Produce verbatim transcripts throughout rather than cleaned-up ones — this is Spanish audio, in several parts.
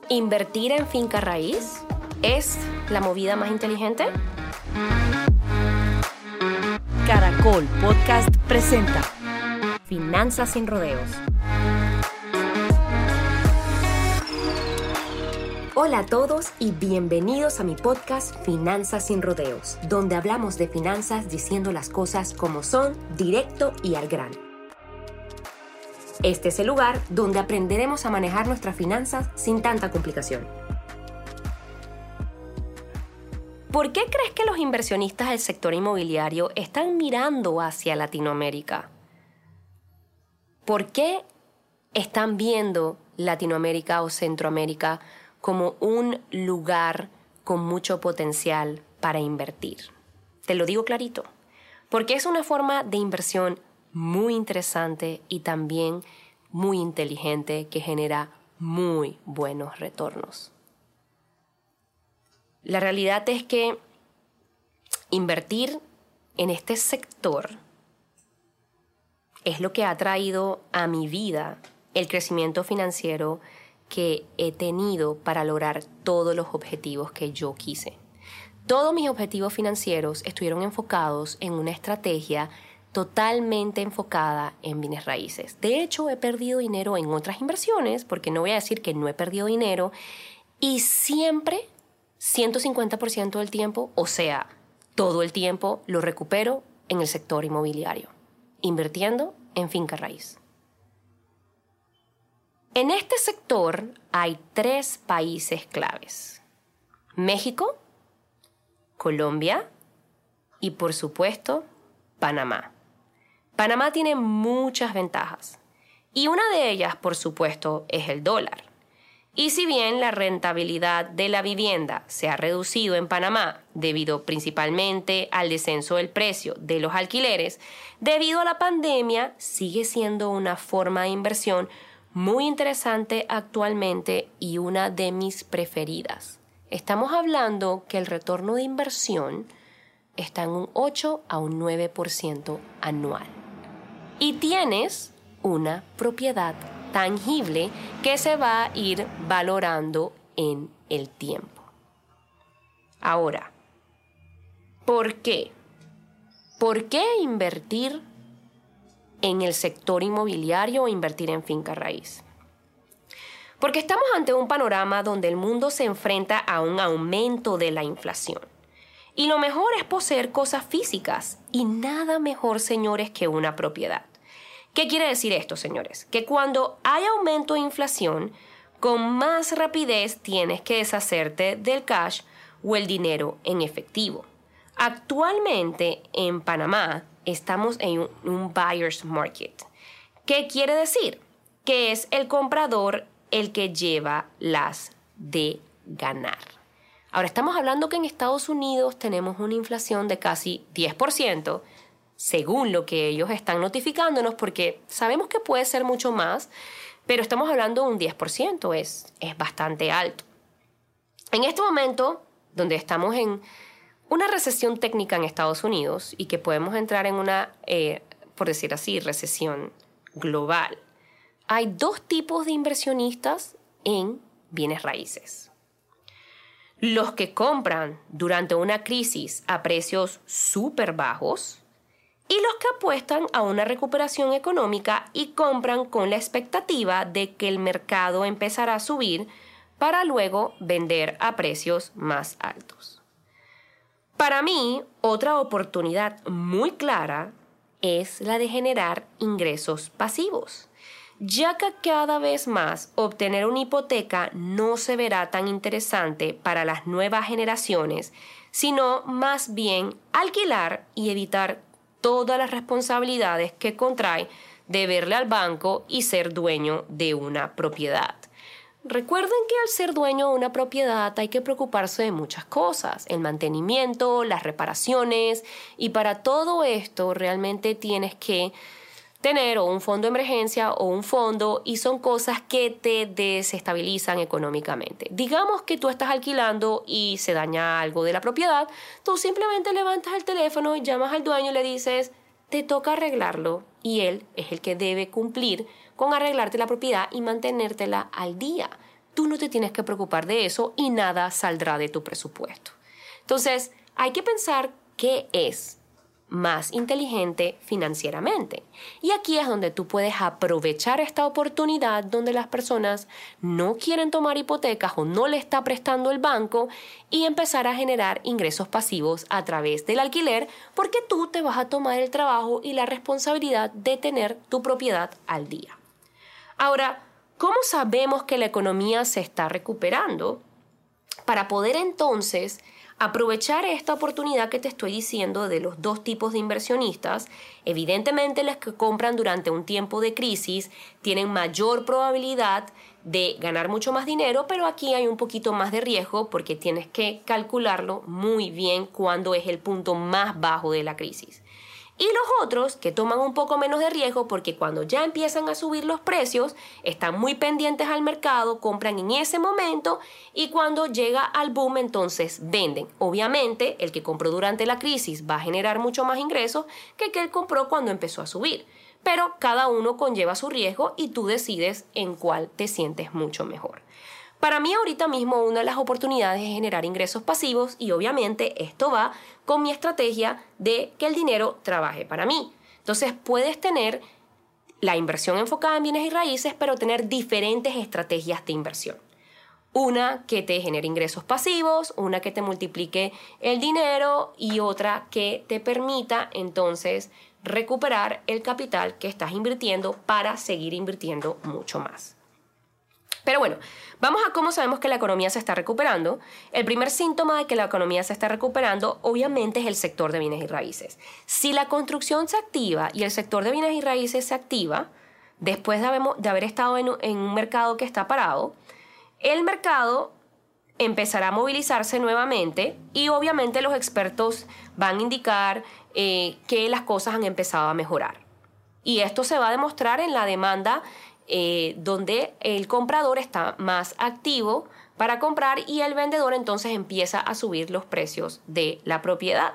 ¿Invertir en finca raíz es la movida más inteligente? Caracol Podcast presenta Finanzas sin rodeos. Hola a todos y bienvenidos a mi podcast Finanzas sin rodeos, donde hablamos de finanzas diciendo las cosas como son, directo y al grano. Este es el lugar donde aprenderemos a manejar nuestras finanzas sin tanta complicación. ¿Por qué crees que los inversionistas del sector inmobiliario están mirando hacia Latinoamérica? ¿Por qué están viendo Latinoamérica o Centroamérica como un lugar con mucho potencial para invertir? Te lo digo clarito, porque es una forma de inversión muy interesante y también muy inteligente que genera muy buenos retornos. La realidad es que invertir en este sector es lo que ha traído a mi vida el crecimiento financiero que he tenido para lograr todos los objetivos que yo quise. Todos mis objetivos financieros estuvieron enfocados en una estrategia totalmente enfocada en bienes raíces. De hecho, he perdido dinero en otras inversiones, porque no voy a decir que no he perdido dinero, y siempre, ciento cincuenta por ciento del tiempo, o sea, todo el tiempo, lo recupero en el sector inmobiliario, invirtiendo en finca raíz. En este sector hay tres países claves: México, Colombia y, por supuesto, Panamá. Panamá tiene muchas ventajas y una de ellas, por supuesto, es el dólar. Y si bien la rentabilidad de la vivienda se ha reducido en Panamá debido principalmente al descenso del precio de los alquileres, debido a la pandemia sigue siendo una forma de inversión muy interesante actualmente y una de mis preferidas. Estamos hablando que el retorno de inversión está en un ocho a un nueve por ciento anual. Y tienes una propiedad tangible que se va a ir valorando en el tiempo. Ahora, ¿por qué? ¿Por qué invertir en el sector inmobiliario o invertir en finca raíz? Porque estamos ante un panorama donde el mundo se enfrenta a un aumento de la inflación. Y lo mejor es poseer cosas físicas y nada mejor, señores, que una propiedad. ¿Qué quiere decir esto, señores? Que cuando hay aumento de inflación, con más rapidez tienes que deshacerte del cash o el dinero en efectivo. Actualmente en Panamá estamos en un, un buyer's market. ¿Qué quiere decir? Que es el comprador el que lleva las de ganar. Ahora, estamos hablando que en Estados Unidos tenemos una inflación de casi diez por ciento, según lo que ellos están notificándonos, porque sabemos que puede ser mucho más, pero estamos hablando de un diez por ciento, es, es bastante alto. En este momento, donde estamos en una recesión técnica en Estados Unidos y que podemos entrar en una, eh, por decir así, recesión global, hay dos tipos de inversionistas en bienes raíces. Los que compran durante una crisis a precios súper bajos y los que apuestan a una recuperación económica y compran con la expectativa de que el mercado empezará a subir para luego vender a precios más altos. Para mí, otra oportunidad muy clara es la de generar ingresos pasivos, ya que cada vez más obtener una hipoteca no se verá tan interesante para las nuevas generaciones, sino más bien alquilar y evitar todas las responsabilidades que contrae deberle al banco y ser dueño de una propiedad. Recuerden que al ser dueño de una propiedad hay que preocuparse de muchas cosas, el mantenimiento, las reparaciones, y para todo esto realmente tienes que tener o un fondo de emergencia o un fondo, y son cosas que te desestabilizan económicamente. Digamos que tú estás alquilando y se daña algo de la propiedad, tú simplemente levantas el teléfono, llamas al dueño y le dices, te toca arreglarlo, y él es el que debe cumplir con arreglarte la propiedad y mantenértela al día. tú no te tienes que preocupar de eso y nada saldrá de tu presupuesto. Entonces, hay que pensar qué es más inteligente financieramente. Y aquí es donde tú puedes aprovechar esta oportunidad donde las personas no quieren tomar hipotecas o no le está prestando el banco y empezar a generar ingresos pasivos a través del alquiler, porque tú te vas a tomar el trabajo y la responsabilidad de tener tu propiedad al día. Ahora, ¿cómo sabemos que la economía se está recuperando? Para poder entonces aprovechar esta oportunidad que te estoy diciendo de los dos tipos de inversionistas, evidentemente los que compran durante un tiempo de crisis tienen mayor probabilidad de ganar mucho más dinero, pero aquí hay un poquito más de riesgo porque tienes que calcularlo muy bien cuándo es el punto más bajo de la crisis. Y los otros que toman un poco menos de riesgo porque cuando ya empiezan a subir los precios, están muy pendientes al mercado, compran en ese momento y cuando llega al boom entonces venden. Obviamente el que compró durante la crisis va a generar mucho más ingresos que el que él compró cuando empezó a subir. Pero cada uno conlleva su riesgo y tú decides en cuál te sientes mucho mejor. Para mí ahorita mismo una de las oportunidades es generar ingresos pasivos y obviamente esto va con mi estrategia de que el dinero trabaje para mí. Entonces puedes tener la inversión enfocada en bienes y raíces, pero tener diferentes estrategias de inversión. Una que te genere ingresos pasivos, una que te multiplique el dinero y otra que te permita entonces recuperar el capital que estás invirtiendo para seguir invirtiendo mucho más. Pero bueno, vamos a cómo sabemos que la economía se está recuperando. El primer síntoma de que la economía se está recuperando, obviamente, es el sector de bienes y raíces. Si la construcción se activa y el sector de bienes y raíces se activa, después de haber, de haber estado en, en un mercado que está parado, el mercado empezará a movilizarse nuevamente y obviamente los expertos van a indicar eh, que las cosas han empezado a mejorar. Y esto se va a demostrar en la demanda Eh, donde el comprador está más activo para comprar y el vendedor entonces empieza a subir los precios de la propiedad.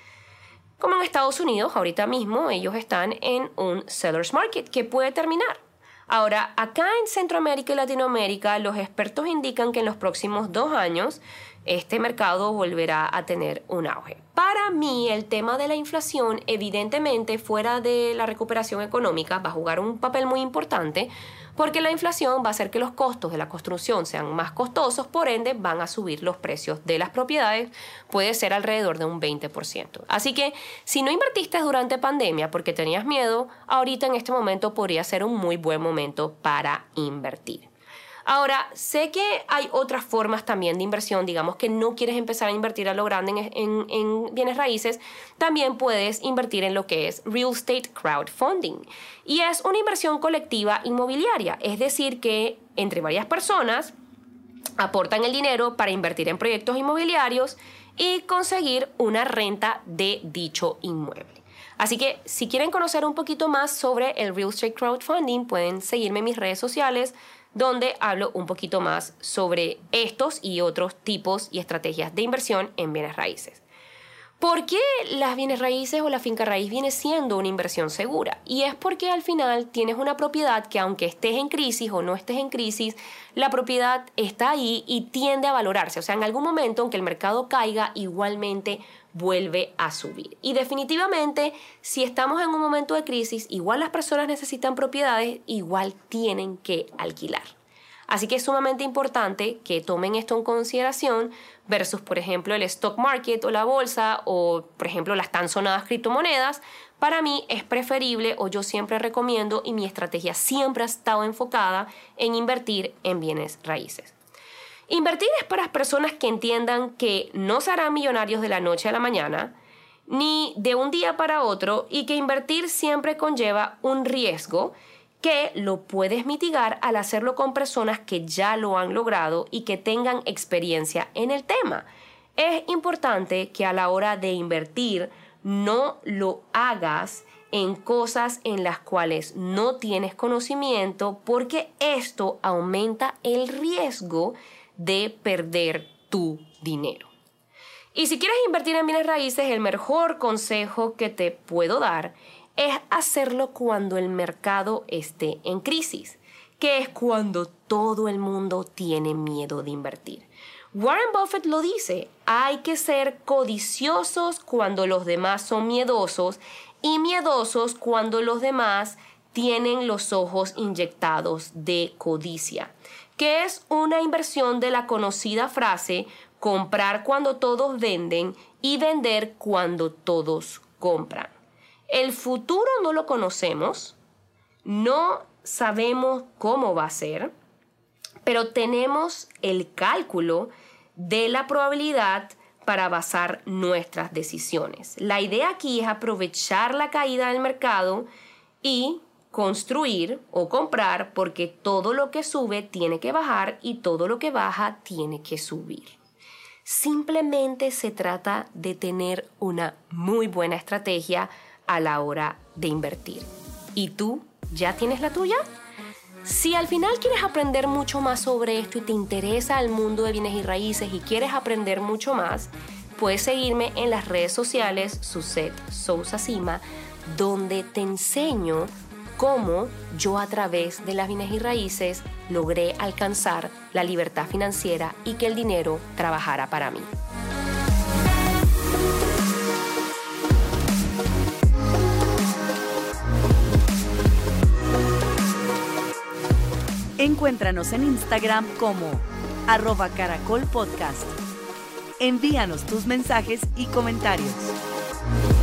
Como en Estados Unidos, ahorita mismo ellos están en un seller's market que puede terminar. Ahora, acá en Centroamérica y Latinoamérica, los expertos indican que en los próximos dos años este mercado volverá a tener un auge. Para mí, el tema de la inflación, evidentemente, fuera de la recuperación económica, va a jugar un papel muy importante porque la inflación va a hacer que los costos de la construcción sean más costosos, por ende van a subir los precios de las propiedades, puede ser alrededor de un veinte por ciento. Así que si no invertiste durante pandemia porque tenías miedo, ahorita en este momento podría ser un muy buen momento para invertir. Ahora, sé que hay otras formas también de inversión, digamos que no quieres empezar a invertir a lo grande en, en, en bienes raíces, también puedes invertir en lo que es Real Estate Crowdfunding. Y es una inversión colectiva inmobiliaria, es decir que entre varias personas aportan el dinero para invertir en proyectos inmobiliarios y conseguir una renta de dicho inmueble. Así que si quieren conocer un poquito más sobre el Real Estate Crowdfunding, pueden seguirme en mis redes sociales, donde hablo un poquito más sobre estos y otros tipos y estrategias de inversión en bienes raíces. ¿Por qué las bienes raíces o la finca raíz viene siendo una inversión segura? Y es porque al final tienes una propiedad que aunque estés en crisis o no estés en crisis, la propiedad está ahí y tiende a valorarse. O sea, en algún momento, aunque el mercado caiga, igualmente vuelve a subir. Y definitivamente, si estamos en un momento de crisis, igual las personas necesitan propiedades, igual tienen que alquilar. Así que es sumamente importante que tomen esto en consideración versus, por ejemplo, el stock market o la bolsa o, por ejemplo, las tan sonadas criptomonedas. Para mí es preferible o yo siempre recomiendo y mi estrategia siempre ha estado enfocada en invertir en bienes raíces. Invertir es para las personas que entiendan que no se harán millonarios de la noche a la mañana, ni de un día para otro, y que invertir siempre conlleva un riesgo que lo puedes mitigar al hacerlo con personas que ya lo han logrado y que tengan experiencia en el tema. Es importante que a la hora de invertir no lo hagas en cosas en las cuales no tienes conocimiento, porque esto aumenta el riesgo de perder tu dinero. Y si quieres invertir en bienes raíces, el mejor consejo que te puedo dar es hacerlo cuando el mercado esté en crisis. que es cuando todo el mundo tiene miedo de invertir. Warren Buffett lo dice, hay que ser codiciosos cuando los demás son miedosos y miedosos cuando los demás tienen los ojos inyectados de codicia, que es una inversión de la conocida frase comprar cuando todos venden y vender cuando todos compran. El futuro no lo conocemos, no sabemos cómo va a ser, pero tenemos el cálculo de la probabilidad para basar nuestras decisiones. La idea aquí es aprovechar la caída del mercado y construir o comprar, porque todo lo que sube tiene que bajar y todo lo que baja tiene que subir. Simplemente se trata de tener una muy buena estrategia a la hora de invertir. ¿Y tú ya tienes la tuya? Si al final quieres aprender mucho más sobre esto y te interesa el mundo de bienes y raíces y quieres aprender mucho más, puedes seguirme en las redes sociales Suzette Sousa Cima, donde te enseño cómo yo a través de las bienes y raíces logré alcanzar la libertad financiera y que el dinero trabajara para mí. Encuéntranos en Instagram como arroba caracol podcast. Envíanos tus mensajes y comentarios.